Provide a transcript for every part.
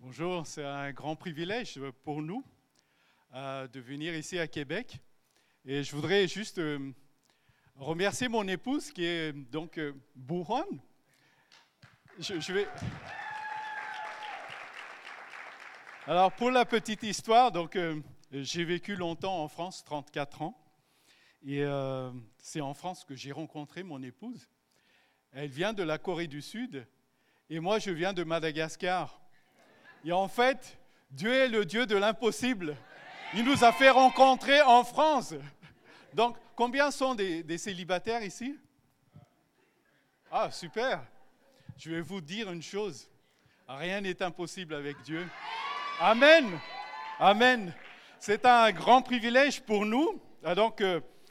Bonjour, c'est un grand privilège pour nous de venir ici à Québec. Et je voudrais juste remercier mon épouse qui est donc Bouronne. Je vais... Alors pour la petite histoire, donc, j'ai vécu longtemps en France, 34 ans. Et c'est en France que j'ai rencontré mon épouse. Elle vient de la Corée du Sud et moi je viens de Madagascar. Et en fait, Dieu est le Dieu de l'impossible. Il nous a fait rencontrer en France. Donc, combien sont des célibataires ici? Ah, super. Je vais vous dire une chose. Rien n'est impossible avec Dieu. Amen. Amen. C'est un grand privilège pour nous. Donc,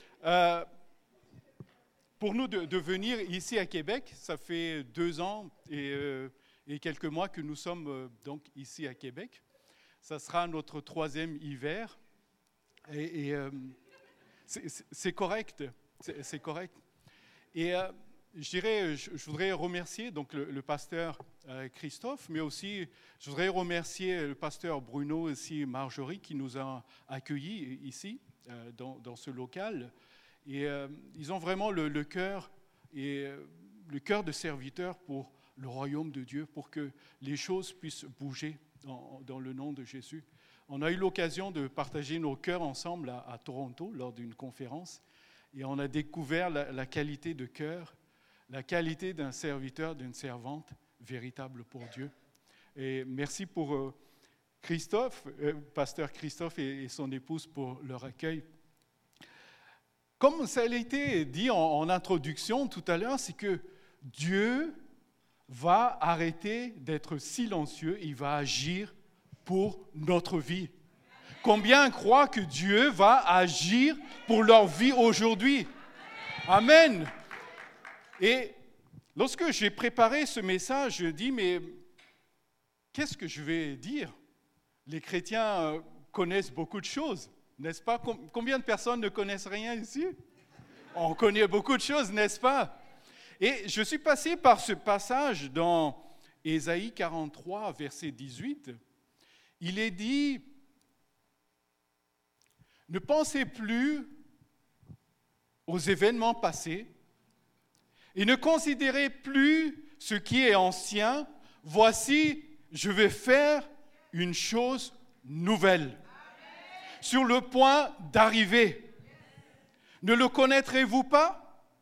pour nous de venir ici à Québec, ça fait 2 ans et quelques mois que nous sommes donc ici à Québec. Ça sera notre 3e hiver. Et c'est correct. C'est correct. Et je voudrais remercier donc, le pasteur Christophe, mais aussi je voudrais remercier le pasteur Bruno et aussi Marjorie qui nous a accueillis ici, dans ce local. Et ils ont vraiment le cœur de serviteur pour le royaume de Dieu, pour que les choses puissent bouger dans le nom de Jésus. On a eu l'occasion de partager nos cœurs ensemble à Toronto lors d'une conférence et on a découvert la qualité de cœur, la qualité d'un serviteur, d'une servante véritable pour Dieu. Et merci pour pasteur Christophe et son épouse pour leur accueil. Comme ça a été dit en introduction tout à l'heure, c'est que Dieu va arrêter d'être silencieux, il va agir pour notre vie. Combien croient que Dieu va agir pour leur vie aujourd'hui? Amen. Et lorsque j'ai préparé ce message, je dis, mais qu'est-ce que je vais dire? Les chrétiens connaissent beaucoup de choses, n'est-ce pas? Combien de personnes ne connaissent rien ici? On connaît beaucoup de choses, n'est-ce pas? Et je suis passé par ce passage dans Ésaïe 43, verset 18. Il est dit, « Ne pensez plus aux événements passés et ne considérez plus ce qui est ancien. Voici, je vais faire une chose nouvelle, sur le point d'arriver. Ne le connaîtrez-vous pas?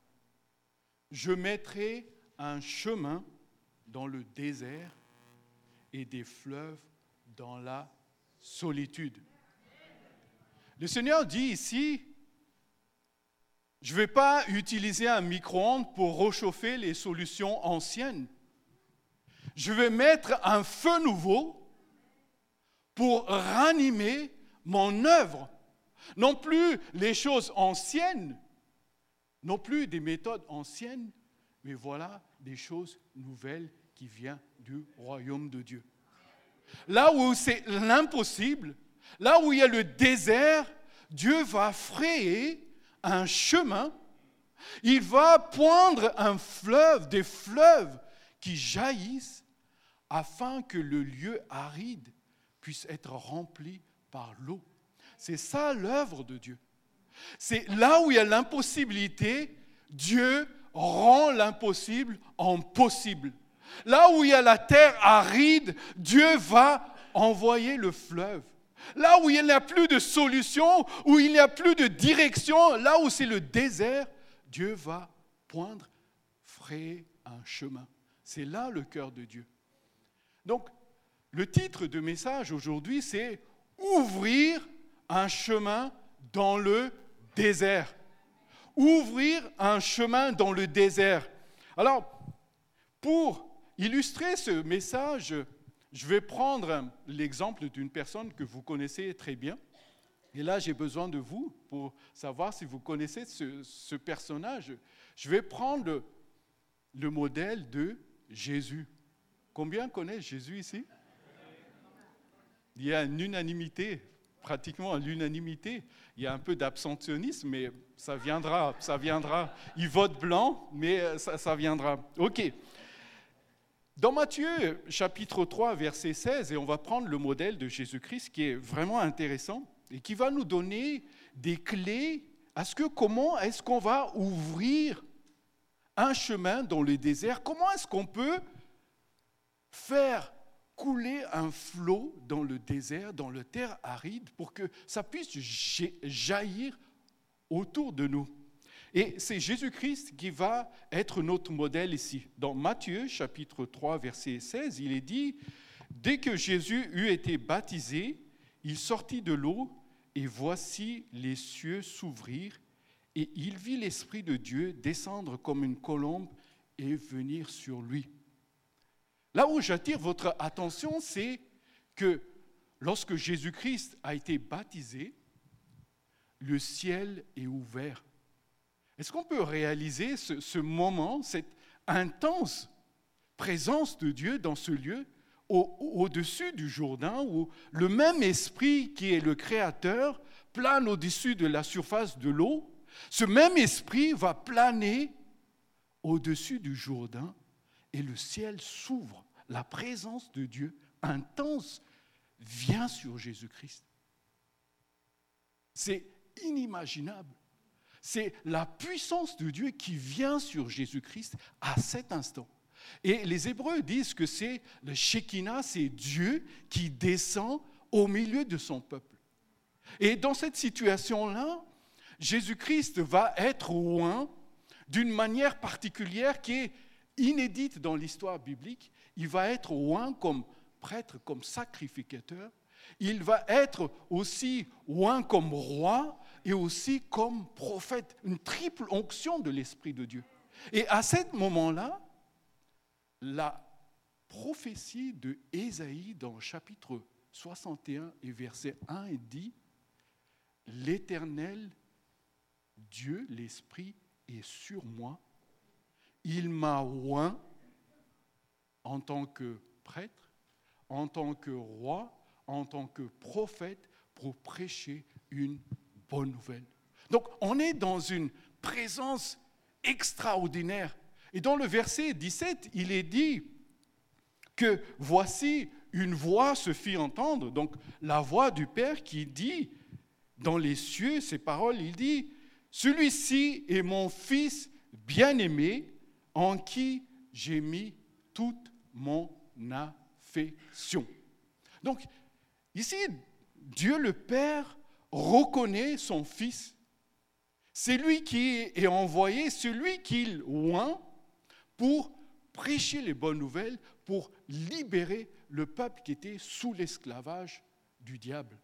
Je mettrai un chemin dans le désert et des fleuves dans la solitude. » Le Seigneur dit ici, je ne vais pas utiliser un micro-ondes pour réchauffer les solutions anciennes. Je vais mettre un feu nouveau pour ranimer mon œuvre. Non plus les choses anciennes, non plus des méthodes anciennes, mais voilà des choses nouvelles qui viennent du royaume de Dieu. Là où c'est l'impossible, là où il y a le désert, Dieu va frayer un chemin. Il va poindre un fleuve, des fleuves qui jaillissent afin que le lieu aride puisse être rempli par l'eau. C'est ça l'œuvre de Dieu. C'est là où il y a l'impossibilité, Dieu rend l'impossible en possible. Là où il y a la terre aride, Dieu va envoyer le fleuve. Là où il n'y a plus de solution, où il n'y a plus de direction, là où c'est le désert, Dieu va poindre, frayer un chemin. C'est là le cœur de Dieu. Donc, le titre de message aujourd'hui, c'est « Ouvrir un chemin dans le désert ». Ouvrir un chemin dans le désert. Alors, pour illustrer ce message, je vais prendre l'exemple d'une personne que vous connaissez très bien. Et là, j'ai besoin de vous pour savoir si vous connaissez ce personnage. Je vais prendre le modèle de Jésus. Combien connaissent Jésus ici? Il y a une unanimité, pratiquement l'unanimité. Il y a un peu d'abstentionnisme, mais ça viendra, ça viendra. Ils votent blanc, mais ça viendra. OK. Dans Matthieu, chapitre 3, verset 16, et on va prendre le modèle de Jésus-Christ qui est vraiment intéressant et qui va nous donner des clés à comment est-ce qu'on va ouvrir un chemin dans le désert, comment est-ce qu'on peut faire couler un flot dans le désert, dans la terre aride, pour que ça puisse jaillir autour de nous. Et c'est Jésus-Christ qui va être notre modèle ici. Dans Matthieu, chapitre 3, verset 16, il est dit « Dès que Jésus eut été baptisé, il sortit de l'eau, et voici les cieux s'ouvrir, et il vit l'Esprit de Dieu descendre comme une colombe et venir sur lui. » Là où j'attire votre attention, c'est que lorsque Jésus-Christ a été baptisé, le ciel est ouvert. Est-ce qu'on peut réaliser ce moment, cette intense présence de Dieu dans ce lieu, au-dessus du Jourdain, où le même esprit qui est le Créateur plane au-dessus de la surface de l'eau? Ce même esprit va planer au-dessus du Jourdain et le ciel s'ouvre. La présence de Dieu intense vient sur Jésus-Christ. C'est inimaginable. C'est la puissance de Dieu qui vient sur Jésus-Christ à cet instant. Et les Hébreux disent que c'est le Shekinah, c'est Dieu qui descend au milieu de son peuple. Et dans cette situation-là, Jésus-Christ va être oint d'une manière particulière qui est inédite dans l'histoire biblique. Il va être oint comme prêtre, comme sacrificateur. Il va être aussi oint comme roi et aussi comme prophète, une triple onction de l'Esprit de Dieu. Et à ce moment-là, la prophétie de Ésaïe dans chapitre 61 et verset 1 dit « L'Éternel, Dieu, l'Esprit est sur moi. Il m'a oint en tant que prêtre, en tant que roi, en tant que prophète pour prêcher une bonne nouvelle. » Donc, on est dans une présence extraordinaire. Et dans le verset 17, il est dit que voici une voix se fit entendre, donc la voix du Père qui dit dans les cieux ces paroles, il dit « Celui-ci est mon Fils bien-aimé en qui j'ai mis toute mon affection. » Donc, ici, Dieu le Père reconnaît son Fils. C'est lui qui est envoyé, celui qu'il oint pour prêcher les bonnes nouvelles, pour libérer le peuple qui était sous l'esclavage du diable.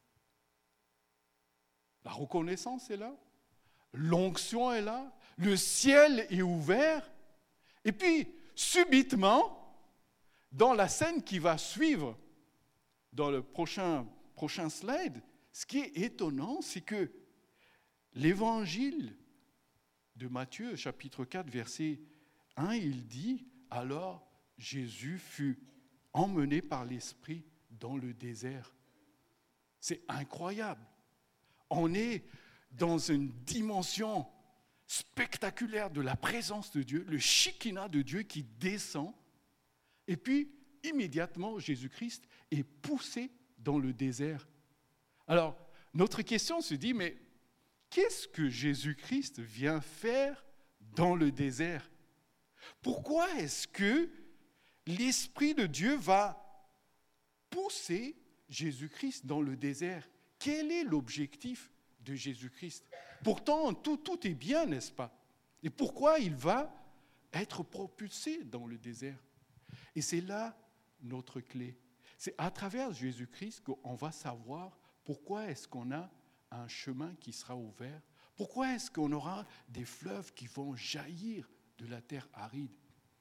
La reconnaissance est là, l'onction est là, le ciel est ouvert, et puis, subitement, dans la scène qui va suivre, dans le prochain slide, ce qui est étonnant, c'est que l'évangile de Matthieu, chapitre 4, verset 1, il dit « Alors Jésus fut emmené par l'Esprit dans le désert. » C'est incroyable. On est dans une dimension spectaculaire de la présence de Dieu, le Shekinah de Dieu qui descend, et puis immédiatement Jésus-Christ est poussé dans le désert. Alors, notre question se dit, mais qu'est-ce que Jésus-Christ vient faire dans le désert? Pourquoi est-ce que l'Esprit de Dieu va pousser Jésus-Christ dans le désert? Quel est l'objectif de Jésus-Christ? Pourtant, tout est bien, n'est-ce pas? Et pourquoi il va être propulsé dans le désert? Et c'est là notre clé. C'est à travers Jésus-Christ qu'on va savoir pourquoi est-ce qu'on a un chemin qui sera ouvert, pourquoi est-ce qu'on aura des fleuves qui vont jaillir de la terre aride.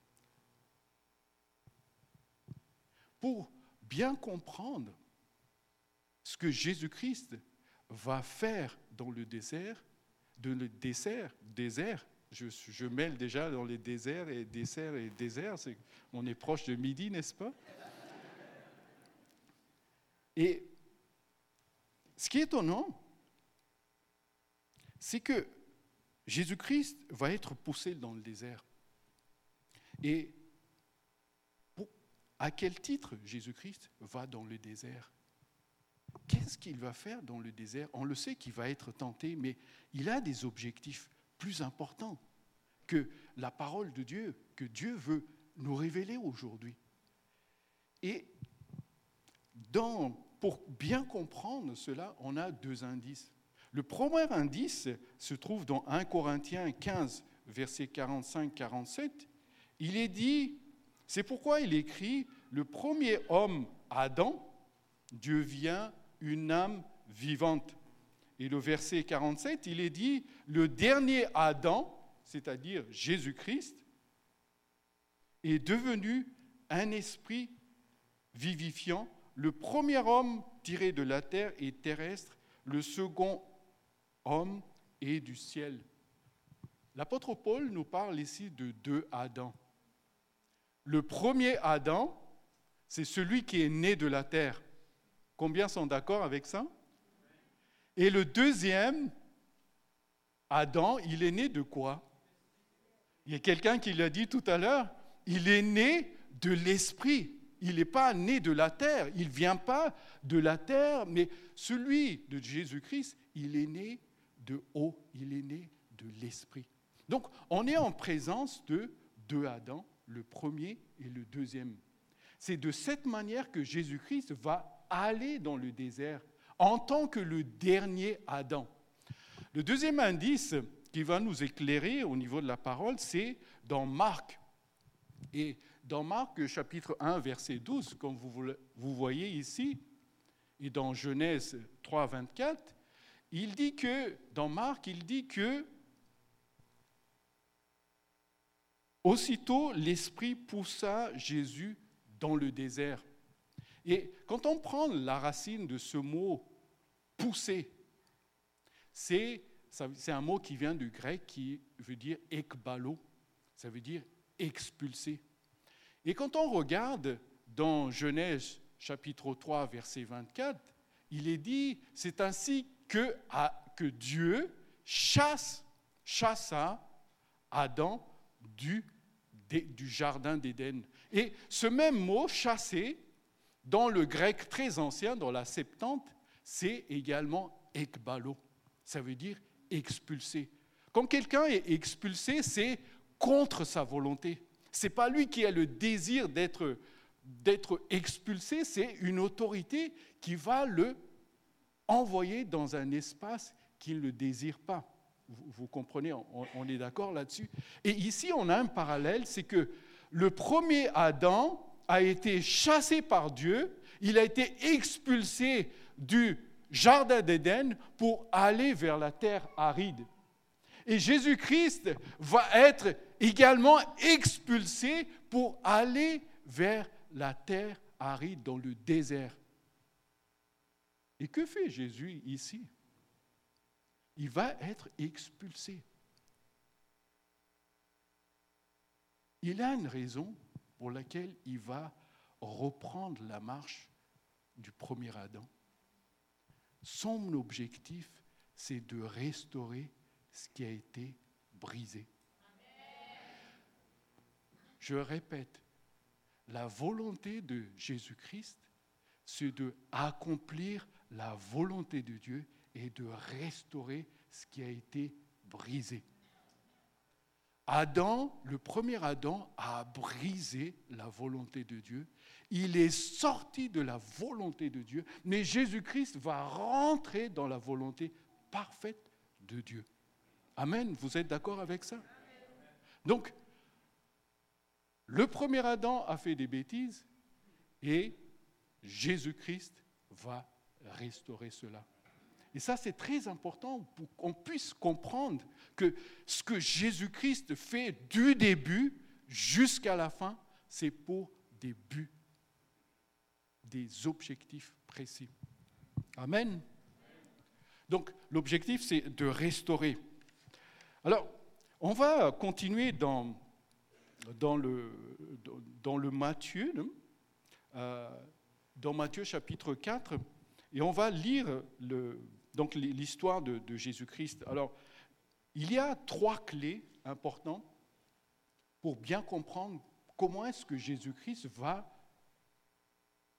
Pour bien comprendre ce que Jésus-Christ va faire dans le désert, je mêle déjà dans les déserts et désert, on est proche de midi, n'est-ce pas? Et ce qui est étonnant, c'est que Jésus-Christ va être poussé dans le désert. Et à quel titre Jésus-Christ va dans le désert? Qu'est-ce qu'il va faire dans le désert? On le sait qu'il va être tenté, mais il a des objectifs plus importants que la parole de Dieu, que Dieu veut nous révéler aujourd'hui. Et pour bien comprendre cela, on a 2 indices. Le premier indice se trouve dans 1 Corinthiens 15, versets 45-47. Il est dit, c'est pourquoi il écrit, le premier homme, Adam, devient une âme vivante. Et le verset 47, il est dit, le dernier Adam, c'est-à-dire Jésus-Christ, est devenu un esprit vivifiant. Le premier homme tiré de la terre est terrestre, le second homme est du ciel. L'apôtre Paul nous parle ici de 2 Adams. Le premier Adam, c'est celui qui est né de la terre. Combien sont d'accord avec ça? Et le deuxième Adam, il est né de quoi? Il y a quelqu'un qui l'a dit tout à l'heure, il est né de l'esprit. Il n'est pas né de la terre, il ne vient pas de la terre, mais celui de Jésus-Christ, il est né de haut, il est né de l'esprit. Donc, on est en présence de 2 Adams, le premier et le deuxième. C'est de cette manière que Jésus-Christ va aller dans le désert en tant que le dernier Adam. Le deuxième indice qui va nous éclairer au niveau de la parole, c'est dans Marc. Et dans Marc, chapitre 1, verset 12, comme vous voyez ici, et dans Genèse 3, 24, dans Marc, il dit que aussitôt l'Esprit poussa Jésus dans le désert. Et quand on prend la racine de ce mot « pousser », c'est un mot qui vient du grec qui veut dire « ekbalo », ça veut dire « expulser ». Et quand on regarde dans Genèse chapitre 3, verset 24, il est dit « c'est ainsi que Dieu chassa Adam du jardin d'Éden ». Et ce même mot « chasser », dans le grec très ancien, dans la Septante, c'est également « ekbalo ». Ça veut dire « expulser ». Quand quelqu'un est expulsé, c'est contre sa volonté. Ce n'est pas lui qui a le désir d'être expulsé, c'est une autorité qui va le envoyer dans un espace qu'il ne désire pas. Vous comprenez, on est d'accord là-dessus. Et ici, on a un parallèle, c'est que le premier Adam a été chassé par Dieu, il a été expulsé du jardin d'Éden pour aller vers la terre aride. Et Jésus-Christ va être également expulsé pour aller vers la terre aride, dans le désert. Et que fait Jésus ici? Il va être expulsé. Il a une raison pour laquelle il va reprendre la marche du premier Adam. Son objectif, c'est de restaurer ce qui a été brisé. Je répète, la volonté de Jésus-Christ, c'est d'accomplir la volonté de Dieu et de restaurer ce qui a été brisé. Adam, le premier Adam, a brisé la volonté de Dieu. Il est sorti de la volonté de Dieu, mais Jésus-Christ va rentrer dans la volonté parfaite de Dieu. Amen, vous êtes d'accord avec ça? Donc, le premier Adam a fait des bêtises et Jésus-Christ va restaurer cela. Et ça, c'est très important pour qu'on puisse comprendre que ce que Jésus-Christ fait du début jusqu'à la fin, c'est pour des buts, des objectifs précis. Amen. Donc, l'objectif, c'est de restaurer. Alors, on va continuer dans le Matthieu, dans Matthieu chapitre 4, et on va lire donc l'histoire de Jésus-Christ. Alors, il y a 3 clés importantes pour bien comprendre comment est-ce que Jésus-Christ va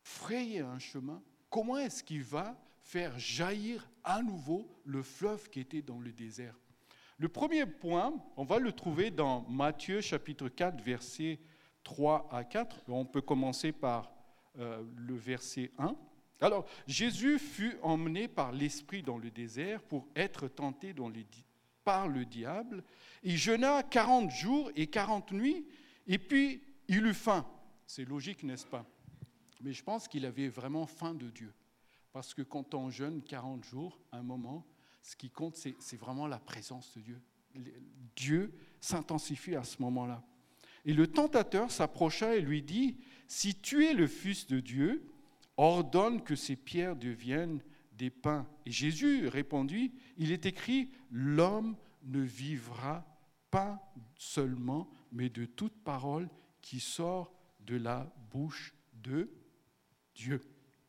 frayer un chemin? Comment est-ce qu'il va faire jaillir à nouveau le fleuve qui était dans le désert? Le premier point, on va le trouver dans Matthieu chapitre 4, versets 3 à 4. On peut commencer par le verset 1. Alors, Jésus fut emmené par l'Esprit dans le désert pour être tenté par le diable. Il jeûna 40 jours et 40 nuits, et puis il eut faim. C'est logique, n'est-ce pas? Mais je pense qu'il avait vraiment faim de Dieu. Parce que quand on jeûne 40 jours, à un moment, ce qui compte, c'est vraiment la présence de Dieu. Dieu s'intensifie à ce moment-là. Et le tentateur s'approcha et lui dit, « Si tu es le Fils de Dieu, ordonne que ces pierres deviennent des pains. » Et Jésus répondit, « Il est écrit, l'homme ne vivra pas seulement, mais de toute parole qui sort de la bouche de Dieu. »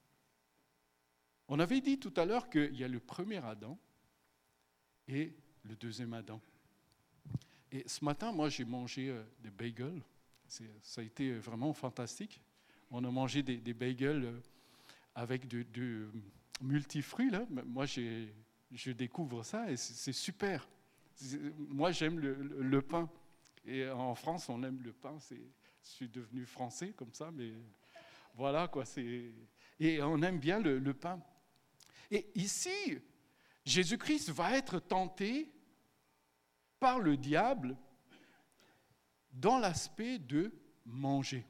On avait dit tout à l'heure qu'il y a le premier Adam et le deuxième Adam. Et ce matin, moi, j'ai mangé des bagels. Ça a été vraiment fantastique. On a mangé des bagels avec de multifruits. Là. Moi, je découvre ça et c'est super. Moi, j'aime le pain. Et en France, on aime le pain. Je suis devenu français comme ça, mais voilà quoi. Et on aime bien le pain. Et ici, Jésus-Christ va être tenté par le diable dans l'aspect de manger.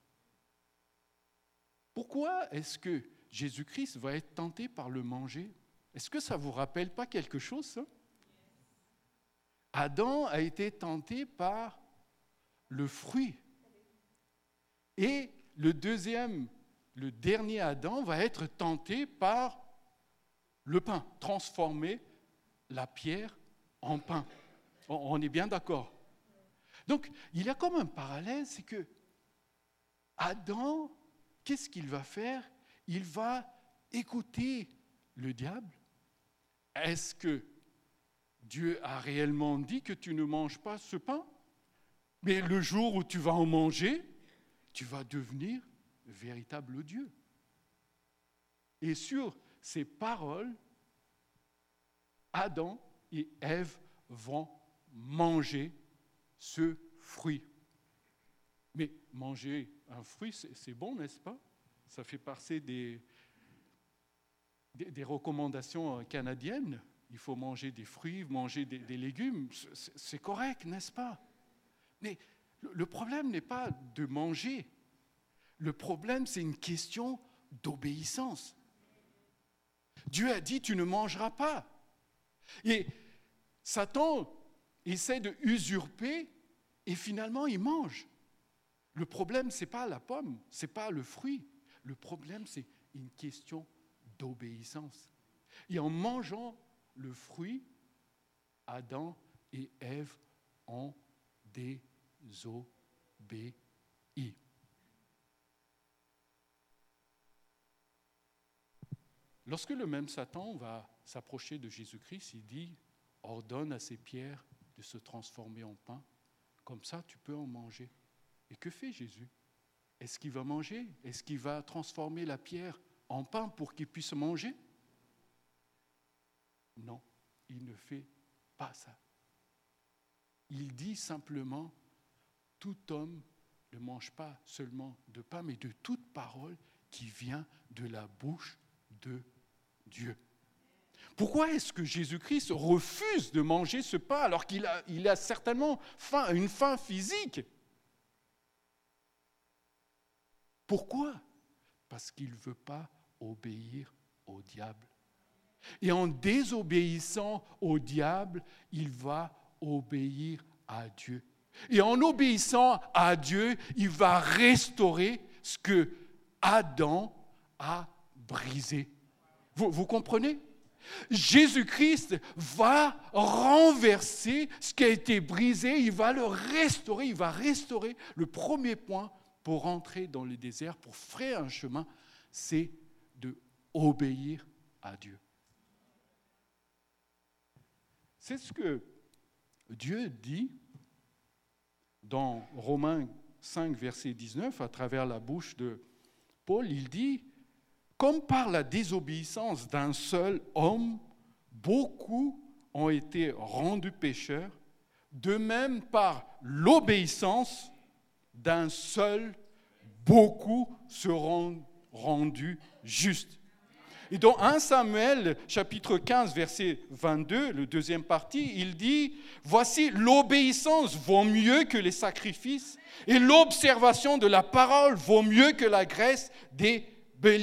Pourquoi est-ce que Jésus-Christ va être tenté par le manger? Est-ce que ça ne vous rappelle pas quelque chose, ça? Adam a été tenté par le fruit. Et le dernier Adam va être tenté par le pain, transformer la pierre en pain. On est bien d'accord. Donc, il y a comme un parallèle, c'est que Adam, qu'est-ce qu'il va faire? Il va écouter le diable. Est-ce que Dieu a réellement dit que tu ne manges pas ce pain? Mais le jour où tu vas en manger, tu vas devenir véritable Dieu. Et sur ces paroles, Adam et Ève vont manger ce fruit. Mais manger un fruit, c'est bon, n'est-ce pas? Ça fait partie des recommandations canadiennes. Il faut manger des fruits, manger des légumes. C'est correct, n'est-ce pas? Mais le problème n'est pas de manger. Le problème, c'est une question d'obéissance. Dieu a dit, tu ne mangeras pas. Et Satan essaie de usurper et finalement il mange. Le problème, ce n'est pas la pomme, ce n'est pas le fruit. Le problème, c'est une question d'obéissance. Et en mangeant le fruit, Adam et Ève ont désobéi. Lorsque le même Satan va s'approcher de Jésus-Christ, il dit « Ordonne à ces pierres de se transformer en pain, comme ça tu peux en manger. » Et que fait Jésus? Est-ce qu'il va manger? Est-ce qu'il va transformer la pierre en pain pour qu'il puisse manger? Non, il ne fait pas ça. Il dit simplement « Tout homme ne mange pas seulement de pain, mais de toute parole qui vient de la bouche de Dieu. » Pourquoi est-ce que Jésus-Christ refuse de manger ce pain alors qu'il a certainement une faim physique? Pourquoi? Parce qu'il ne veut pas obéir au diable. Et en désobéissant au diable, il va obéir à Dieu. Et en obéissant à Dieu, il va restaurer ce que Adam a brisé. Vous comprenez? Jésus-Christ va renverser ce qui a été brisé, il va le restaurer, il va restaurer. Le premier point pour entrer dans le désert, pour frayer un chemin, c'est de obéir à Dieu. C'est ce que Dieu dit dans Romains 5, verset 19, à travers la bouche de Paul. Il dit comme par la désobéissance d'un seul homme, beaucoup ont été rendus pécheurs, de même par l'obéissance d'un seul, beaucoup seront rendus justes. Et dans 1 Samuel, chapitre 15, verset 22, le deuxième partie, il dit « Voici, l'obéissance vaut mieux que les sacrifices, et l'observation de la parole vaut mieux que la graisse des béliers. »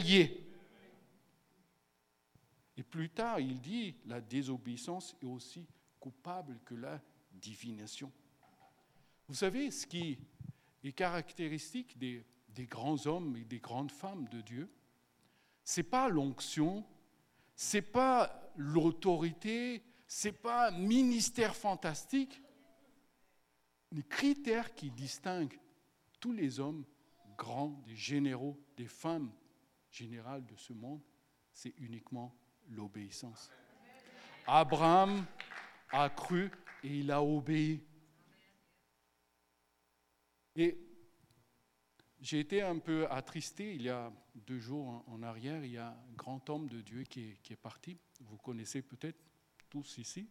Et plus tard, il dit « La désobéissance est aussi coupable que la divination. » Vous savez, ce qui est caractéristique des grands hommes et des grandes femmes de Dieu, ce n'est pas l'onction, ce n'est pas l'autorité, ce n'est pas un ministère fantastique. Les critères qui distinguent tous les hommes grands, des généraux, des femmes générales de ce monde, c'est uniquement l'obéissance. Abraham a cru et il a obéi. Et j'ai été un peu attristé, il y a 2 jours en arrière, il y a un grand homme de Dieu qui est parti, vous connaissez peut-être tous ici,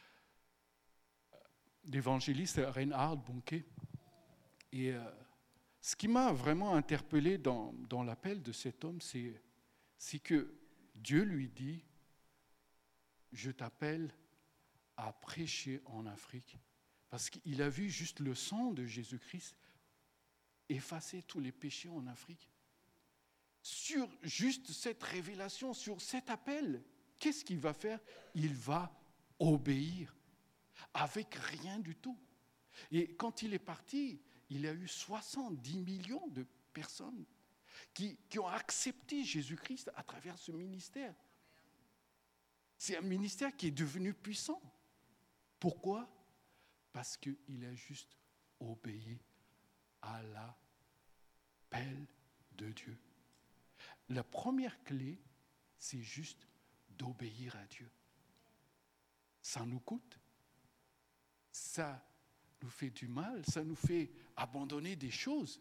l'évangéliste Reinhard Bonnke. Et ce qui m'a vraiment interpellé dans l'appel de cet homme, c'est que Dieu lui dit « Je t'appelle à prêcher en Afrique ». Parce qu'il a vu juste le sang de Jésus-Christ effacer tous les péchés en Afrique. Sur juste cette révélation, sur cet appel, qu'est-ce qu'il va faire? Il va obéir avec rien du tout. Et quand il est parti, il y a eu 70 millions de personnes qui ont accepté Jésus-Christ à travers ce ministère. C'est un ministère qui est devenu puissant. Pourquoi? Parce qu'il a juste obéi à l'appel de Dieu. La première clé, c'est juste d'obéir à Dieu. Ça nous coûte, ça nous fait du mal, ça nous fait abandonner des choses,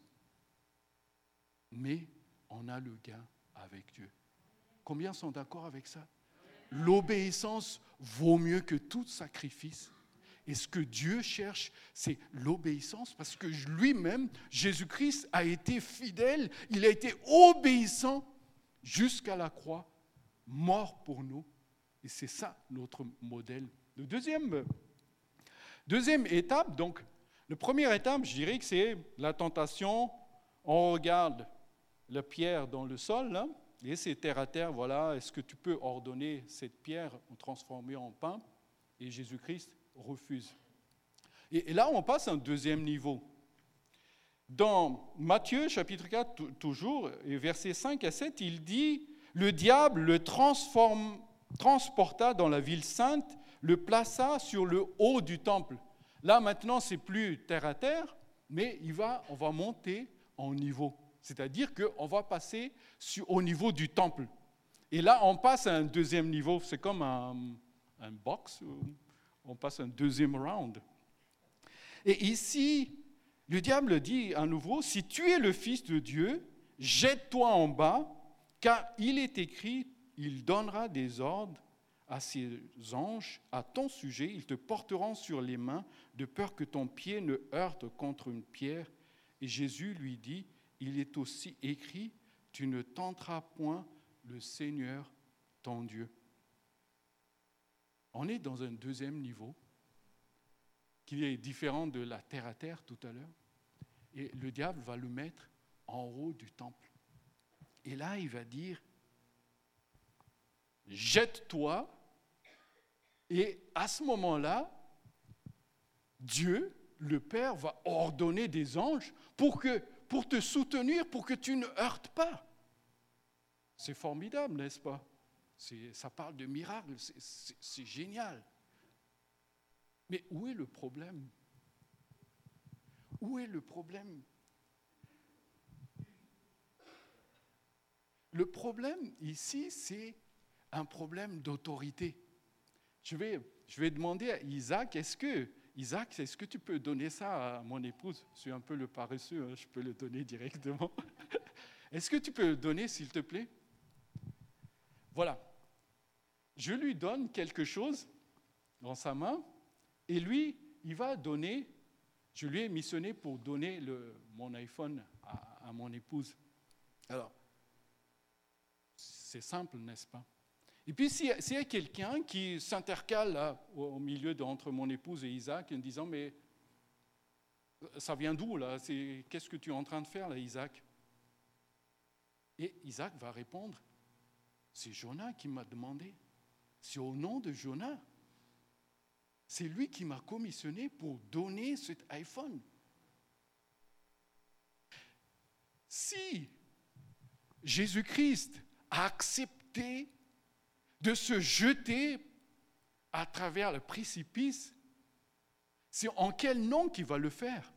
mais on a le gain avec Dieu. Combien sont d'accord avec ça? L'obéissance vaut mieux que tout sacrifice. Et ce que Dieu cherche, c'est l'obéissance, parce que lui-même, Jésus-Christ, a été fidèle, il a été obéissant jusqu'à la croix, mort pour nous. Et c'est ça notre modèle. Le deuxième étape, donc, la première étape, je dirais que c'est la tentation. On regarde la pierre dans le sol, là, et c'est terre à terre, voilà, est-ce que tu peux ordonner cette pierre transformée en pain? Et Jésus-Christ refuse. Et là, on passe à un deuxième niveau. Dans Matthieu, chapitre 4, toujours, et versets 5 à 7, il dit « Le diable le transporta dans la ville sainte, le plaça sur le haut du temple. » Là, maintenant, c'est plus terre à terre, mais on va monter en niveau. C'est-à-dire qu'on va passer au niveau du temple. Et là, on passe à un deuxième niveau. C'est comme un box. On passe un deuxième round. Et ici, le diable dit à nouveau, « Si tu es le Fils de Dieu, jette-toi en bas, car il est écrit, il donnera des ordres à ses anges à ton sujet, ils te porteront sur les mains, de peur que ton pied ne heurte contre une pierre. » Et Jésus lui dit, « Il est aussi écrit, tu ne tenteras point le Seigneur, ton Dieu. » On est dans un deuxième niveau qui est différent de la terre à terre tout à l'heure. Et le diable va le mettre en haut du temple. Et là, il va dire, jette-toi. Et à ce moment-là, Dieu, le Père, va ordonner des anges pour te soutenir, pour que tu ne heurtes pas. C'est formidable, n'est-ce pas? Ça parle de miracle, c'est génial. Mais où est le problème? Où est le problème? Le problème ici, c'est un problème d'autorité. Je vais demander à Isaac, est-ce que tu peux donner ça à mon épouse? Je suis un peu le paresseux, je peux le donner directement. Est-ce que tu peux le donner, s'il te plaît? voilà, je lui donne quelque chose dans sa main, et lui, il va donner, je lui ai missionné pour donner mon iPhone à mon épouse. Alors, c'est simple, n'est-ce pas? Et puis, s'il y a quelqu'un qui s'intercale là, au milieu entre mon épouse et Isaac, en disant, mais ça vient d'où là? Qu'est-ce que tu es en train de faire là, Isaac? Et Isaac va répondre, c'est Jonas qui m'a demandé. C'est au nom de Jonas. C'est lui qui m'a commissionné pour donner cet iPhone. Si Jésus-Christ a accepté de se jeter à travers le précipice, c'est en quel nom qu'il va le faire?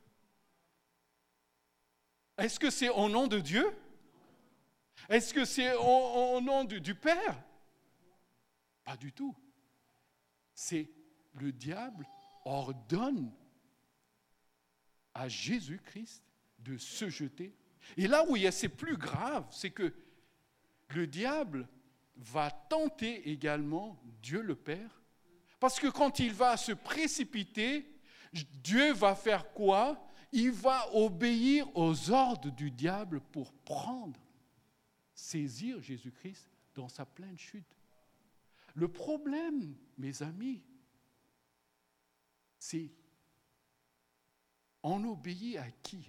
Est-ce que c'est au nom de Dieu? Est-ce que c'est au nom du Père? Pas du tout. C'est le diable ordonne à Jésus-Christ de se jeter. Et là où c'est plus grave, c'est que le diable va tenter également Dieu le Père. Parce que quand il va se précipiter, Dieu va faire quoi? Il va obéir aux ordres du diable pour saisir Jésus-Christ dans sa pleine chute. Le problème, mes amis, c'est on obéit à qui?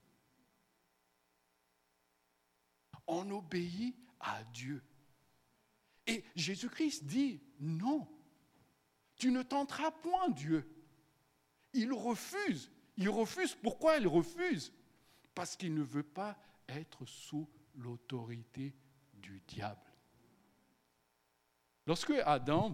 On obéit à Dieu. Et Jésus-Christ dit, non, tu ne tenteras point Dieu. Il refuse. Il refuse. Pourquoi il refuse? Parce qu'il ne veut pas être sous l'autorité du diable. Lorsque Adam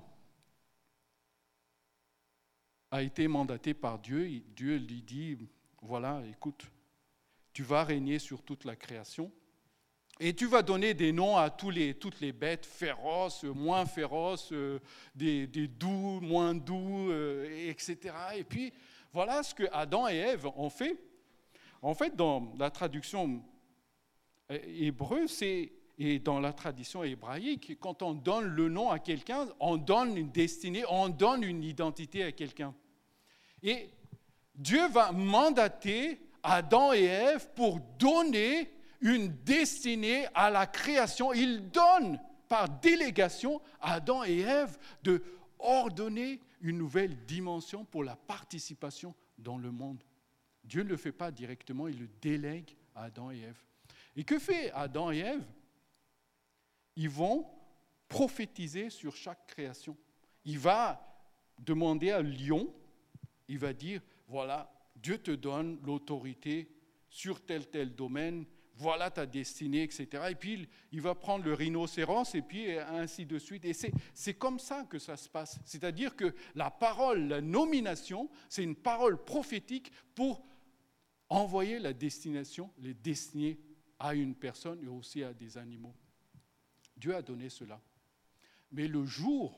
a été mandaté par Dieu, Dieu lui dit, voilà, écoute, tu vas régner sur toute la création et tu vas donner des noms à toutes les bêtes féroces, moins féroces, des doux, moins doux, etc. Et puis, voilà ce que Adam et Ève ont fait. En fait, dans la traduction hébreu, et dans la tradition hébraïque, quand on donne le nom à quelqu'un, on donne une destinée, on donne une identité à quelqu'un. Et Dieu va mandater Adam et Ève pour donner une destinée à la création. Il donne par délégation à Adam et Ève de ordonner une nouvelle dimension pour la participation dans le monde. Dieu ne le fait pas directement, il le délègue à Adam et Ève. Et que fait Adam et Ève? Ils vont prophétiser sur chaque création. Il va demander à Lion, il va dire, voilà, Dieu te donne l'autorité sur tel domaine, voilà ta destinée, etc. Et puis, il va prendre le rhinocéros, et puis ainsi de suite. Et c'est comme ça que ça se passe. C'est-à-dire que la parole, la nomination, c'est une parole prophétique pour envoyer la destination, les destinées à une personne et aussi à des animaux. Dieu a donné cela. Mais le jour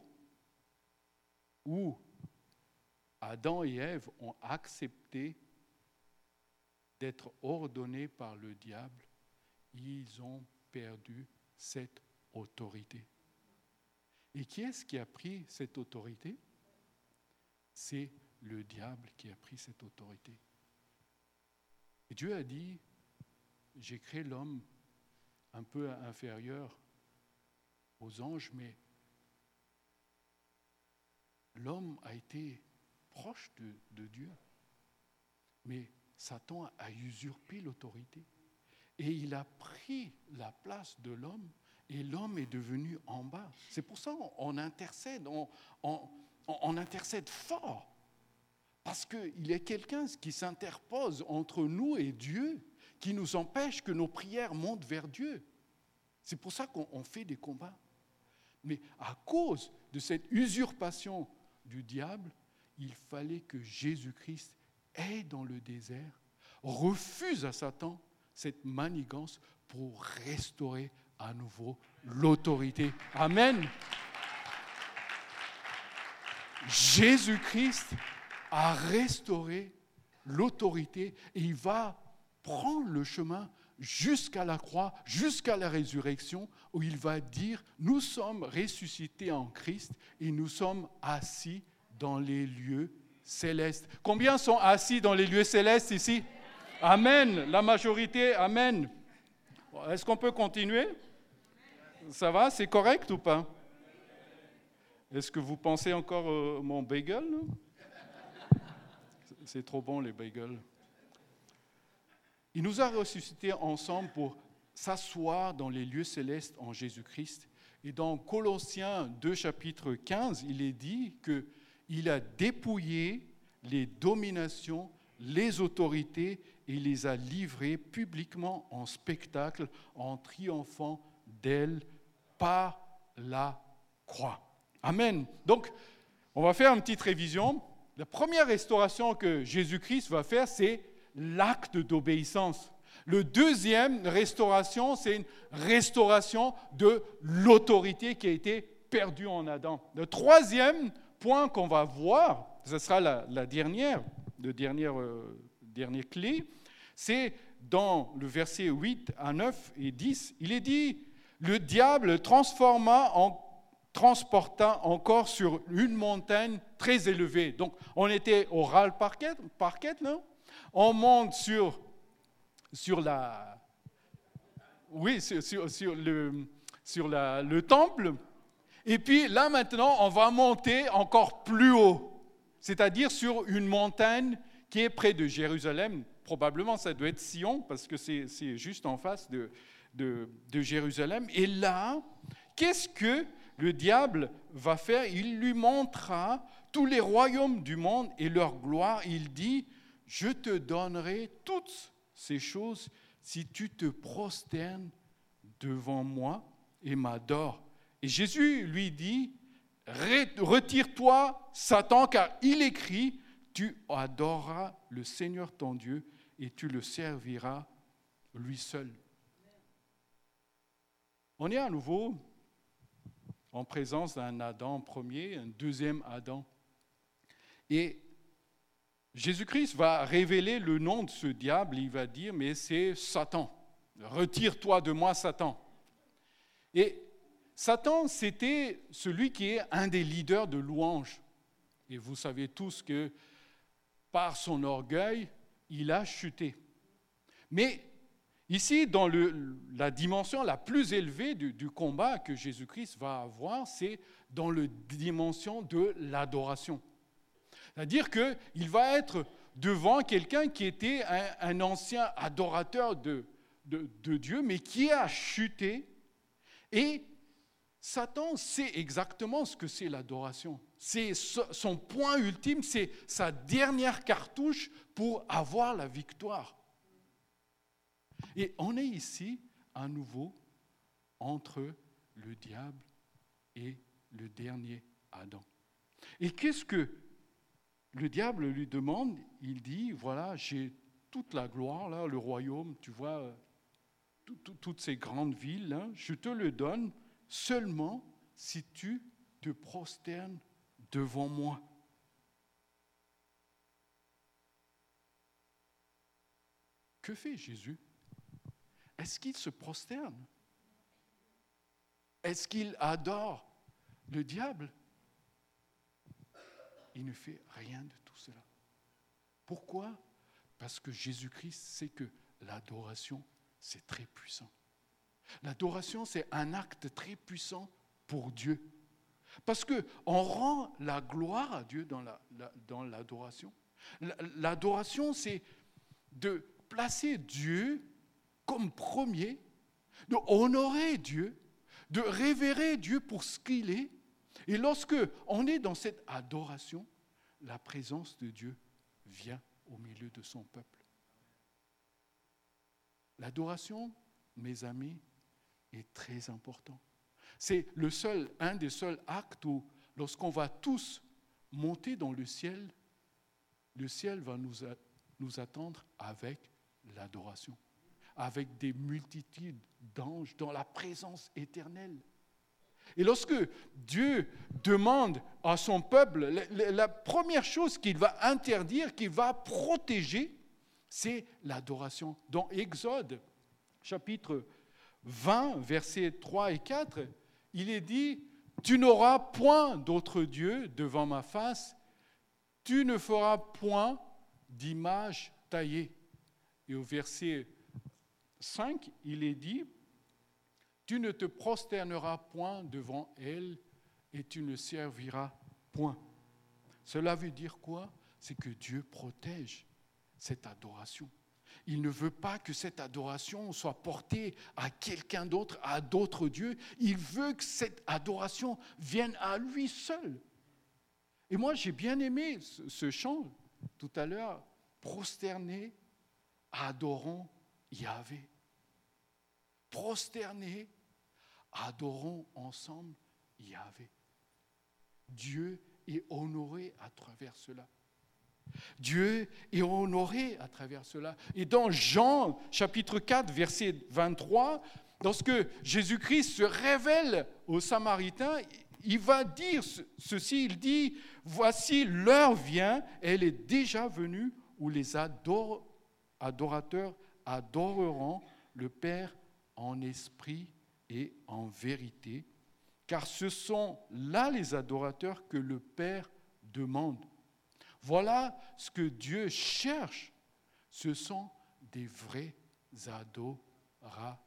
où Adam et Ève ont accepté d'être ordonnés par le diable, ils ont perdu cette autorité. Et qui est-ce qui a pris cette autorité? C'est le diable qui a pris cette autorité. Et Dieu a dit, j'ai créé l'homme un peu inférieur aux anges, mais l'homme a été proche de Dieu. Mais Satan a usurpé l'autorité. Et il a pris la place de l'homme, et l'homme est devenu en bas. C'est pour ça qu'on intercède, on intercède fort. Parce qu'il y a quelqu'un qui s'interpose entre nous et Dieu, qui nous empêche que nos prières montent vers Dieu. C'est pour ça qu'on fait des combats. Mais à cause de cette usurpation du diable, il fallait que Jésus-Christ aille dans le désert, refuse à Satan cette manigance pour restaurer à nouveau l'autorité. Amen. Jésus-Christ a restauré l'autorité et il va prendre le chemin jusqu'à la croix, jusqu'à la résurrection, où il va dire, nous sommes ressuscités en Christ et nous sommes assis dans les lieux célestes. Combien sont assis dans les lieux célestes ici? Amen. La majorité, amen. Est-ce qu'on peut continuer? Ça va? C'est correct ou pas? Est-ce que vous pensez encore mon bagel? C'est trop bon les bagels. Il nous a ressuscités ensemble pour s'asseoir dans les lieux célestes en Jésus-Christ. Et dans Colossiens 2, chapitre 15, il est dit qu'il a dépouillé les dominations, les autorités, et il les a livrées publiquement en spectacle, en triomphant d'elles par la croix. Amen. Donc, on va faire une petite révision. La première restauration que Jésus-Christ va faire, c'est l'acte d'obéissance. Le deuxième restauration, c'est une restauration de l'autorité qui a été perdue en Adam. Le troisième point qu'on va voir, ce sera la dernière clé, c'est dans le verset 8 à 9 et 10, il est dit, le diable transporta encore sur une montagne très élevée. Donc, on était au Ral Parquet, non? On monte sur le temple. Et puis là, maintenant, on va monter encore plus haut. C'est-à-dire sur une montagne qui est près de Jérusalem. Probablement, ça doit être Sion, parce que c'est juste en face de Jérusalem. Et là, qu'est-ce que le diable va faire? Il lui montrera tous les royaumes du monde et leur gloire. Il dit, je te donnerai toutes ces choses si tu te prosternes devant moi et m'adores. Et Jésus lui dit, retire-toi, Satan, car il écrit, tu adoreras le Seigneur ton Dieu et tu le serviras lui seul. On est à nouveau en présence d'un Adam premier, un deuxième Adam. Et Jésus-Christ va révéler le nom de ce diable, il va dire, mais c'est Satan. Retire-toi de moi, Satan. Et Satan, c'était celui qui est un des leaders de louange. Et vous savez tous que par son orgueil, il a chuté. Mais ici, dans la dimension la plus élevée du combat que Jésus-Christ va avoir, c'est dans la dimension de l'adoration. C'est-à-dire qu'il va être devant quelqu'un qui était un ancien adorateur de Dieu, mais qui a chuté. Et Satan sait exactement ce que c'est l'adoration. C'est son point ultime, c'est sa dernière cartouche pour avoir la victoire. Et on est ici, à nouveau, entre le diable et le dernier Adam. Et qu'est-ce que le diable lui demande? Il dit, voilà, j'ai toute la gloire, là, le royaume, tu vois, toutes ces grandes villes, là, je te le donne seulement si tu te prosternes devant moi. Que fait Jésus? Est-ce qu'il se prosterne? Est-ce qu'il adore le diable? Il ne fait rien de tout cela. Pourquoi? Parce que Jésus-Christ sait que l'adoration, c'est très puissant. L'adoration, c'est un acte très puissant pour Dieu. Parce qu'on rend la gloire à Dieu dans l'adoration. L'adoration, c'est de placer Dieu comme premier, de honorer Dieu, de révérer Dieu pour ce qu'il est. Et lorsque on est dans cette adoration, la présence de Dieu vient au milieu de son peuple. L'adoration, mes amis, est très important. C'est un des seuls actes où, lorsqu'on va tous monter dans le ciel va nous attendre avec l'adoration, avec des multitudes d'anges dans la présence éternelle. Et lorsque Dieu demande à son peuple, la première chose qu'il va interdire, qu'il va protéger, c'est l'adoration. Dans Exode, chapitre 20, versets 3 et 4, il est dit « Tu n'auras point d'autre Dieu devant ma face, tu ne feras point d'image taillée. » Et au verset 5, il est dit « Tu ne te prosterneras point devant elle et tu ne serviras point. » Cela veut dire quoi? C'est que Dieu protège cette adoration. Il ne veut pas que cette adoration soit portée à quelqu'un d'autre, à d'autres dieux. Il veut que cette adoration vienne à lui seul. Et moi, j'ai bien aimé ce chant tout à l'heure. Prosterné, adorons Yahvé. Prosterné, adorons ensemble Yahvé. Dieu est honoré à travers cela. Dieu est honoré à travers cela. Et dans Jean, chapitre 4, verset 23, lorsque Jésus-Christ se révèle aux Samaritains, il va dire ceci, il dit « Voici l'heure vient, elle est déjà venue, où les adorateurs adoreront le Père en esprit et en vérité, car ce sont là les adorateurs que le Père demande. » Voilà ce que Dieu cherche. Ce sont des vrais adorateurs.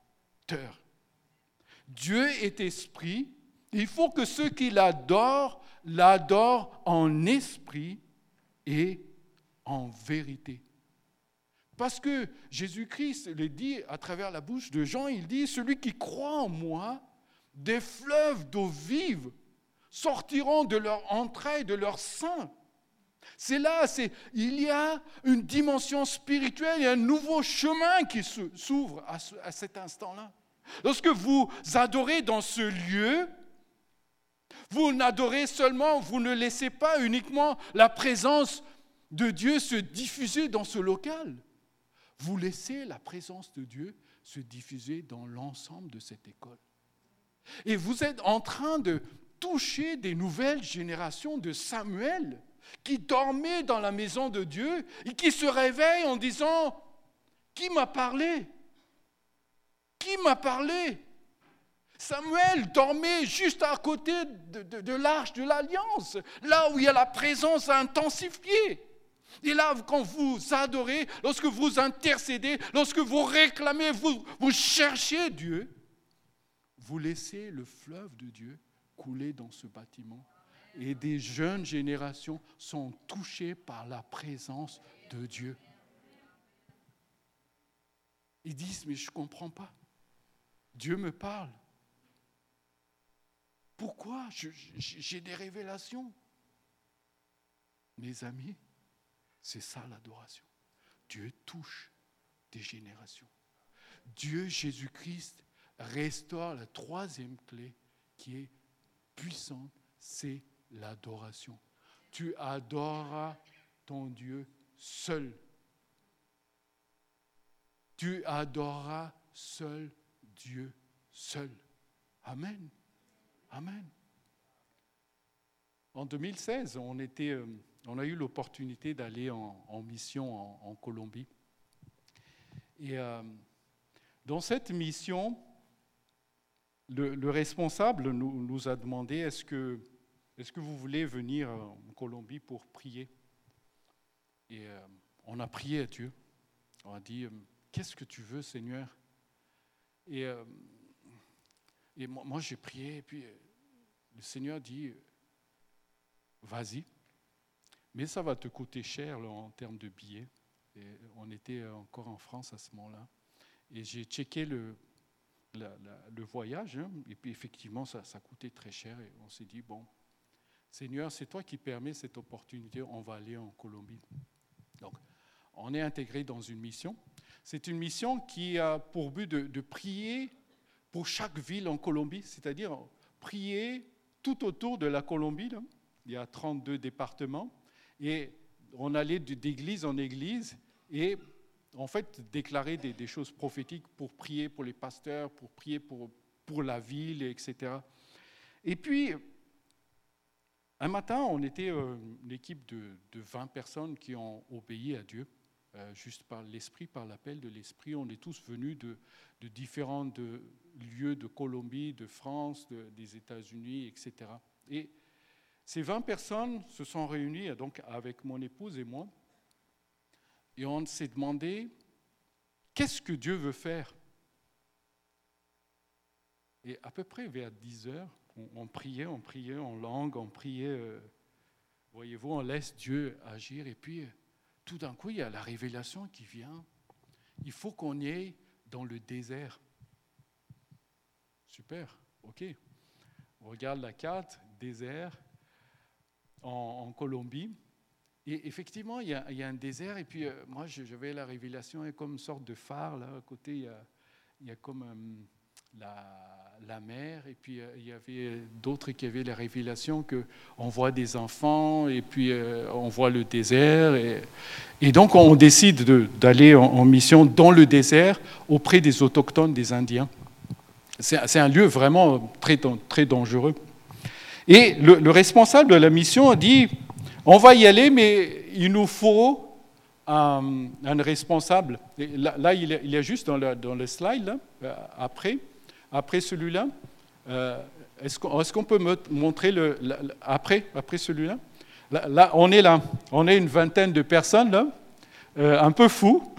Dieu est esprit. Il faut que ceux qui l'adorent en esprit et en vérité. Parce que Jésus-Christ le dit à travers la bouche de Jean, il dit « Celui qui croit en moi, des fleuves d'eau vive sortiront de leurs entrailles, de leur sein. » C'est là, il y a une dimension spirituelle, il y a un nouveau chemin qui s'ouvre à cet instant-là. Lorsque vous adorez dans ce lieu, vous n'adorez seulement, vous ne laissez pas uniquement la présence de Dieu se diffuser dans ce local. Vous laissez la présence de Dieu se diffuser dans l'ensemble de cette école. Et vous êtes en train de toucher des nouvelles générations de Samuel qui dormaient dans la maison de Dieu et qui se réveillent en disant « Qui m'a parlé? Qui m'a parlé ?» Samuel dormait juste à côté de l'arche de l'Alliance, là où il y a la présence intensifiée. Et là, quand vous adorez, lorsque vous intercédez, lorsque vous réclamez, vous cherchez Dieu, vous laissez le fleuve de Dieu couler dans ce bâtiment. Et des jeunes générations sont touchées par la présence de Dieu. Ils disent, mais je ne comprends pas. Dieu me parle. Pourquoi? J'ai des révélations. Mes amis, c'est ça l'adoration. Dieu touche des générations. Dieu, Jésus-Christ, restaure la troisième clé qui est puissante, c'est l'adoration. Tu adoreras ton Dieu seul. Tu adoreras seul Dieu seul. Amen. Amen. En 2016, on a eu l'opportunité d'aller en mission en Colombie. Et dans cette mission, le responsable nous a demandé est-ce que vous voulez venir en Colombie pour prier? Et on a prié à Dieu. On a dit qu'est-ce que tu veux, Seigneur? Et moi j'ai prié, et puis le Seigneur dit vas-y, mais ça va te coûter cher là, en termes de billets. Et on était encore en France à ce moment-là. Et j'ai checké le voyage, hein, et puis effectivement, ça coûtait très cher. Et on s'est dit, bon, Seigneur, c'est toi qui permets cette opportunité, on va aller en Colombie. Donc, on est intégré dans une mission. C'est une mission qui a pour but de prier pour chaque ville en Colombie, c'est-à-dire prier tout autour de la Colombie. Là. Il y a 32 départements. Et on allait d'église en église et en fait déclarer des choses prophétiques pour prier pour les pasteurs, pour prier pour la ville, etc. Et puis, un matin, on était une équipe de 20 personnes qui ont obéi à Dieu. juste par l'Esprit, par l'appel de l'Esprit. On est tous venus de différents lieux de Colombie, de France, des États-Unis, etc. Et ces 20 personnes se sont réunies donc, avec mon épouse et moi, et on s'est demandé, qu'est-ce que Dieu veut faire? Et à peu près vers 10 heures, on priait en langue, on priait, voyez-vous, on laisse Dieu agir, et puis tout d'un coup, il y a la révélation qui vient. Il faut qu'on y aille dans le désert. Super, ok. On regarde la carte, désert en Colombie. Et effectivement, il y a un désert, et puis moi, j'avais la révélation, et comme une sorte de phare, là, à côté, il y a comme la mer, et puis il y avait d'autres qui avaient la révélation qu'on voit des enfants, et puis on voit le désert, et donc on décide d'aller en mission dans le désert auprès des autochtones, des Indiens. C'est un lieu vraiment très, très dangereux. Et le responsable de la mission a dit, on va y aller, mais il nous faut un responsable. Et là, il y a juste dans le slide, là, après celui-là, est-ce qu'on peut me montrer après celui-là? Là, on est une vingtaine de personnes, là, un peu fous,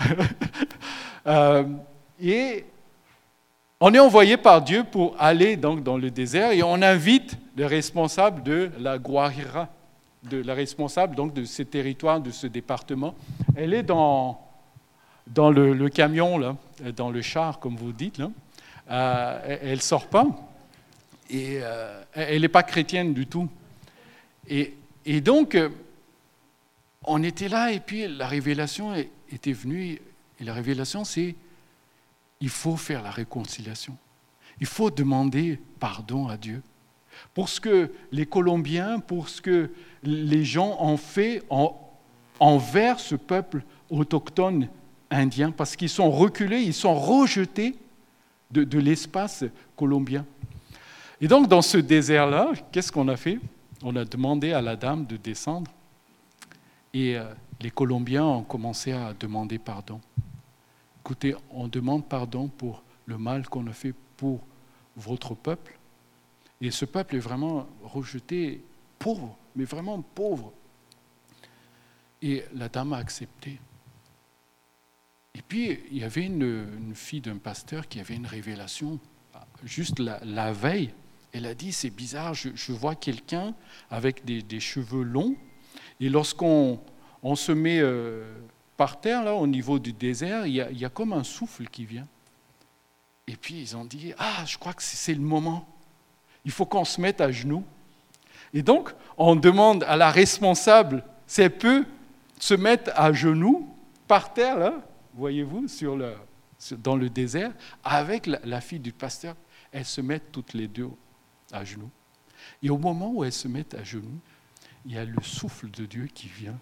et on est envoyé par Dieu pour aller donc dans le désert, et on invite le responsable de la Guajira, la responsable donc de ce territoire, de ce département. Elle est dans le camion, là, dans le char, comme vous dites, là. Elle ne sort pas, et elle n'est pas chrétienne du tout. Et donc, on était là, et puis la révélation était venue, et la révélation, c'est il faut faire la réconciliation. Il faut demander pardon à Dieu pour ce que les Colombiens, pour ce que les gens ont fait envers ce peuple autochtone indien, parce qu'ils sont reculés, ils sont rejetés de l'espace colombien. Et donc, dans ce désert-là, qu'est-ce qu'on a fait? On a demandé à la dame de descendre, et les Colombiens ont commencé à demander pardon. Écoutez, on demande pardon pour le mal qu'on a fait pour votre peuple. Et ce peuple est vraiment rejeté, pauvre, mais vraiment pauvre. Et la dame a accepté. Et puis, il y avait une fille d'un pasteur qui avait une révélation, juste la veille. Elle a dit, c'est bizarre, je vois quelqu'un avec des cheveux longs, et lorsqu'on se met par terre, là, au niveau du désert, il y a comme un souffle qui vient. Et puis, ils ont dit, je crois que c'est le moment. Il faut qu'on se mette à genoux. Et donc, on demande à la responsable si elle peut se mettre à genoux, par terre, là, voyez-vous, dans le désert, avec la fille du pasteur. Elles se mettent toutes les deux à genoux. Et au moment où elles se mettent à genoux, il y a le souffle de Dieu qui vient.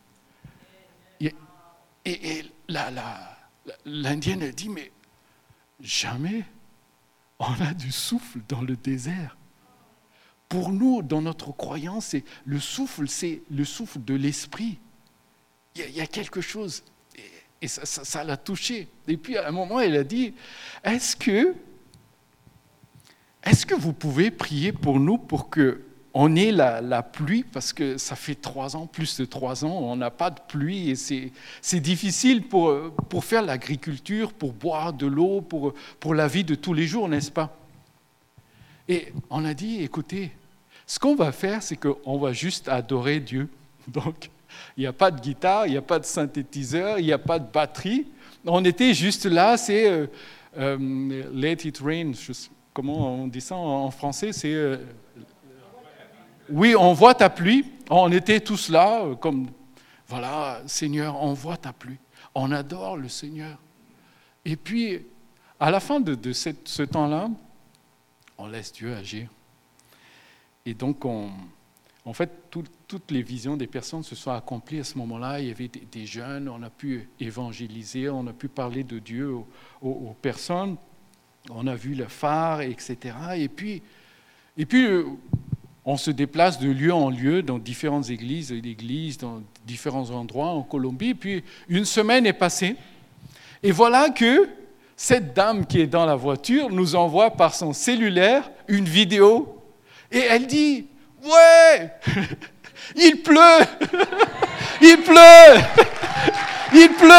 Et l'Indienne a dit, mais jamais on a du souffle dans le désert. Pour nous, dans notre croyance, c'est le souffle de l'esprit. Il y a quelque chose. Et ça l'a touchée. Et puis à un moment, elle a dit, est-ce que vous pouvez prier pour nous pour qu'on ait la pluie, parce que ça fait 3 ans, plus de 3 ans, on n'a pas de pluie, et c'est difficile pour faire l'agriculture, pour boire de l'eau, pour la vie de tous les jours, n'est-ce pas? Et on a dit, écoutez, ce qu'on va faire, c'est qu'on va juste adorer Dieu. Donc, il n'y a pas de guitare, il n'y a pas de synthétiseur, il n'y a pas de batterie. On était juste là, c'est Let it rain. Comment on dit ça en français? C'est oui, on voit ta pluie. On était tous là, comme voilà, Seigneur, on voit ta pluie. On adore le Seigneur. Et puis, à la fin de ce temps-là, on laisse Dieu agir. Et donc, en fait, toutes les visions des personnes se sont accomplies à ce moment-là. Il y avait des jeunes, on a pu évangéliser, on a pu parler de Dieu aux personnes. On a vu le phare, etc. Et puis on se déplace de lieu en lieu dans différentes églises, dans différents endroits en Colombie. Puis une semaine est passée. Et voilà que cette dame qui est dans la voiture nous envoie par son cellulaire une vidéo. Et elle dit, « Ouais, il pleut, il pleut, il pleut !»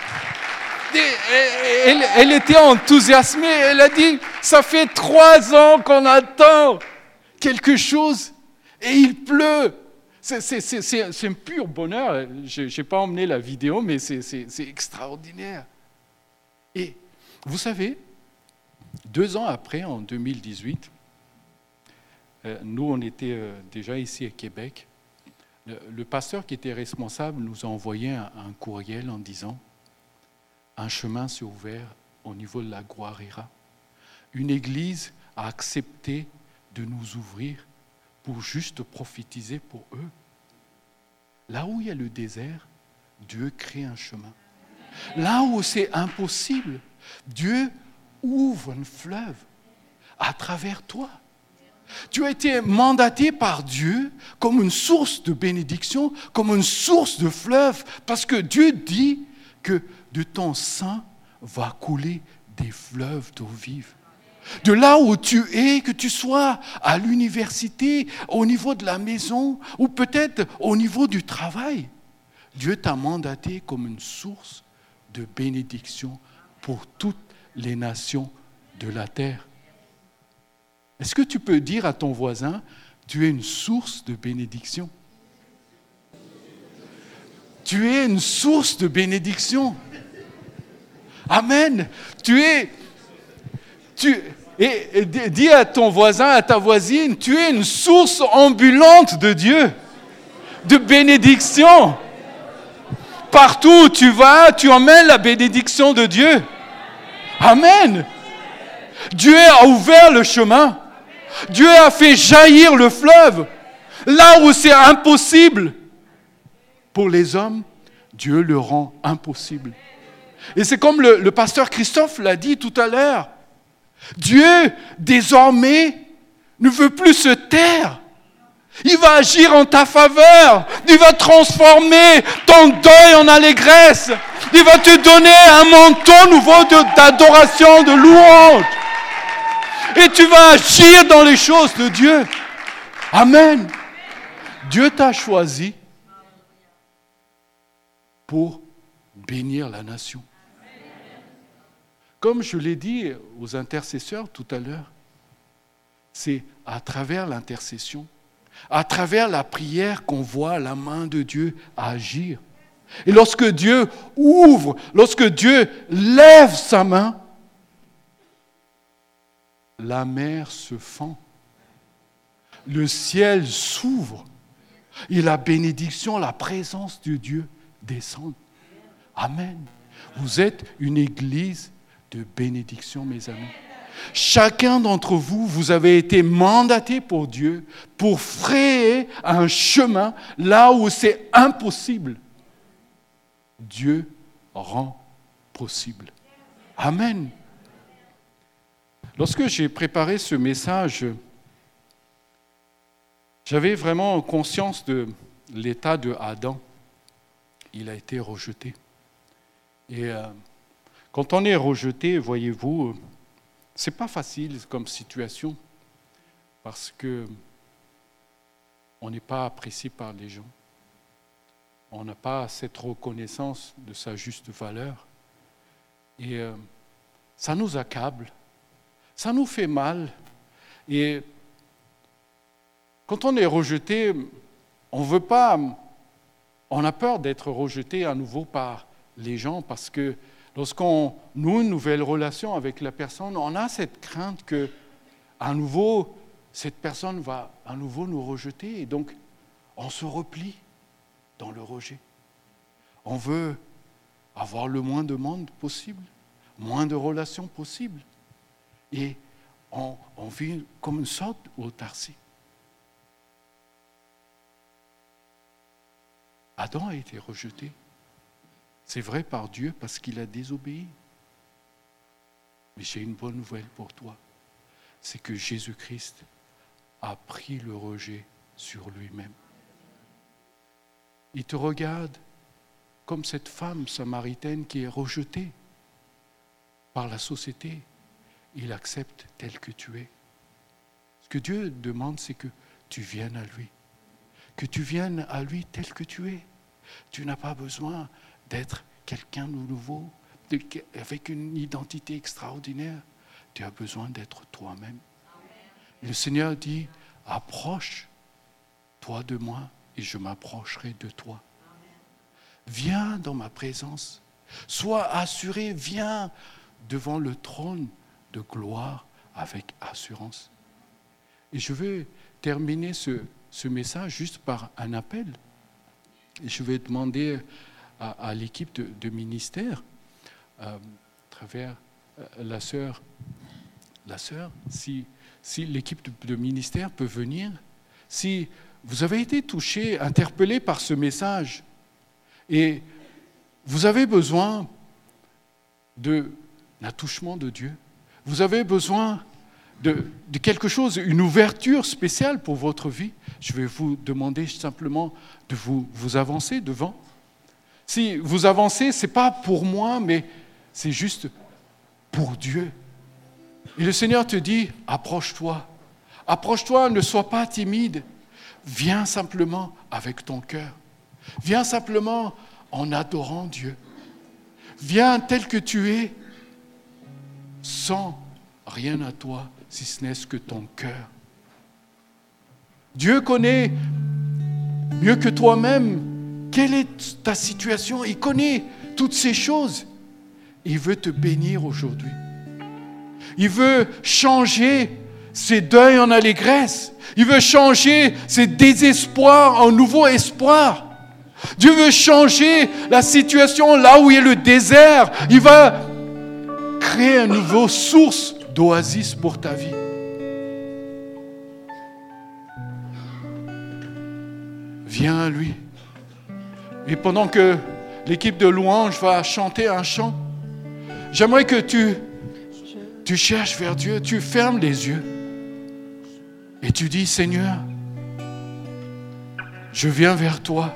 Elle était enthousiasmée. Elle a dit, « Ça fait 3 ans qu'on attend quelque chose et il pleut. » C'est un pur bonheur. Je n'ai pas emmené la vidéo, mais c'est extraordinaire. Et vous savez, 2 ans après, en 2018, nous, on était déjà ici à Québec. Le pasteur qui était responsable nous a envoyé un courriel en disant « Un chemin s'est ouvert au niveau de la Guarira. Une église a accepté de nous ouvrir pour juste prophétiser pour eux. Là où il y a le désert, Dieu crée un chemin. Là où c'est impossible, Dieu ouvre un fleuve à travers toi. Tu as été mandaté par Dieu comme une source de bénédiction, comme une source de fleuve, parce que Dieu dit que de ton sein va couler des fleuves d'eau vive. De là où tu es, que tu sois à l'université, au niveau de la maison, ou peut-être au niveau du travail, Dieu t'a mandaté comme une source de bénédiction pour toutes les nations de la terre. Est-ce que tu peux dire à ton voisin, tu es une source de bénédiction? Tu es une source de bénédiction. Amen. Et dis à ton voisin, à ta voisine, tu es une source ambulante de Dieu, de bénédiction. Partout où tu vas, tu emmènes la bénédiction de Dieu. Amen. Dieu a ouvert le chemin. Dieu a fait jaillir le fleuve. Là où c'est impossible pour les hommes, Dieu le rend impossible. Et c'est comme le pasteur Christophe l'a dit tout à l'heure. Dieu, désormais, ne veut plus se taire. Il va agir en ta faveur. Il va transformer ton deuil en allégresse. Il va te donner un manteau nouveau d'adoration, de louange. Et tu vas agir dans les choses de Dieu. Amen. Dieu t'a choisi pour bénir la nation. Comme je l'ai dit aux intercesseurs tout à l'heure, c'est à travers l'intercession, à travers la prière qu'on voit la main de Dieu agir. Et lorsque Dieu ouvre, lorsque Dieu lève sa main, la mer se fend, le ciel s'ouvre et la bénédiction, la présence de Dieu descend. Amen. Vous êtes une église de bénédiction, mes amis. Chacun d'entre vous, vous avez été mandaté pour Dieu pour frayer un chemin là où c'est impossible. Dieu rend possible. Amen. Lorsque j'ai préparé ce message, j'avais vraiment conscience de l'état de Adam. Il a été rejeté. Et quand on est rejeté, voyez-vous, c'est pas facile comme situation parce que on n'est pas apprécié par les gens. On n'a pas cette reconnaissance de sa juste valeur. Et ça nous accable, ça nous fait mal. Et quand on est rejeté, on veut pas, on a peur d'être rejeté à nouveau par les gens parce que lorsqu'on noue une nouvelle relation avec la personne, on a cette crainte que, à nouveau, cette personne va à nouveau nous rejeter. Et donc, on se replie dans le rejet. On veut avoir le moins de monde possible, moins de relations possibles. Et on vit comme une sorte d'autarcie. Adam a été rejeté. C'est vrai par Dieu parce qu'il a désobéi. Mais j'ai une bonne nouvelle pour toi. C'est que Jésus-Christ a pris le rejet sur lui-même. Il te regarde comme cette femme samaritaine qui est rejetée par la société. Il accepte tel que tu es. Ce que Dieu demande, c'est que tu viennes à lui. Que tu viennes à lui tel que tu es. Tu n'as pas besoin d'être quelqu'un de nouveau, avec une identité extraordinaire. Tu as besoin d'être toi-même. Le Seigneur dit, approche-toi de moi et je m'approcherai de toi. Viens dans ma présence. Sois assuré, viens devant le trône de gloire avec assurance. Et je vais terminer ce message juste par un appel. Et je vais demander à l'équipe de ministère, à travers la sœur, si l'équipe de ministère peut venir, si vous avez été touché, interpellé par ce message, et vous avez besoin d'un attouchement de Dieu, vous avez besoin de quelque chose, une ouverture spéciale pour votre vie, je vais vous demander simplement de vous avancer devant. Si vous avancez, ce n'est pas pour moi, mais c'est juste pour Dieu. Et le Seigneur te dit, approche-toi. Approche-toi, ne sois pas timide. Viens simplement avec ton cœur. Viens simplement en adorant Dieu. Viens tel que tu es, sans rien à toi, si ce n'est que ton cœur. Dieu connaît mieux que toi-même quelle est ta situation. Il connaît toutes ces choses. Il veut te bénir aujourd'hui. Il veut changer ces deuils en allégresse. Il veut changer ces désespoirs en nouveau espoir. Dieu veut changer la situation là où il y a le désert. Il va créer une nouvelle source d'oasis pour ta vie. Viens à lui. Et pendant que l'équipe de louange va chanter un chant, j'aimerais que tu cherches vers Dieu, tu fermes les yeux et tu dis, Seigneur, je viens vers toi.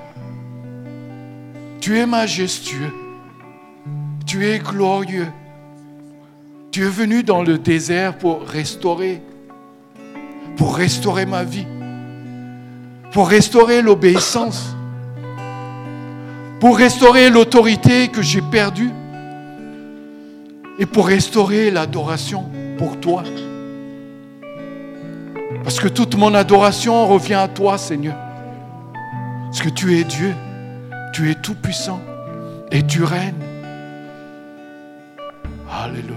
Tu es majestueux, tu es glorieux. Tu es venu dans le désert pour restaurer ma vie, pour restaurer l'obéissance, pour restaurer l'autorité que j'ai perdue et pour restaurer l'adoration pour toi. Parce que toute mon adoration revient à toi, Seigneur. Parce que tu es Dieu, tu es tout puissant et tu règnes. Alléluia.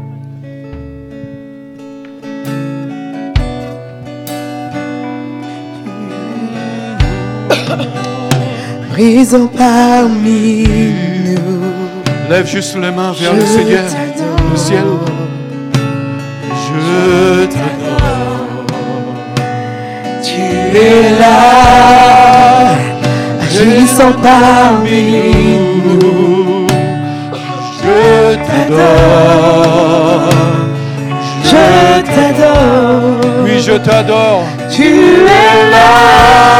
Présent parmi nous. Lève juste les mains vers le Seigneur, le ciel. Je t'adore. Tu es là, agissant parmi nous. Je t'adore. Je t'adore. Oui, je t'adore. Tu es là.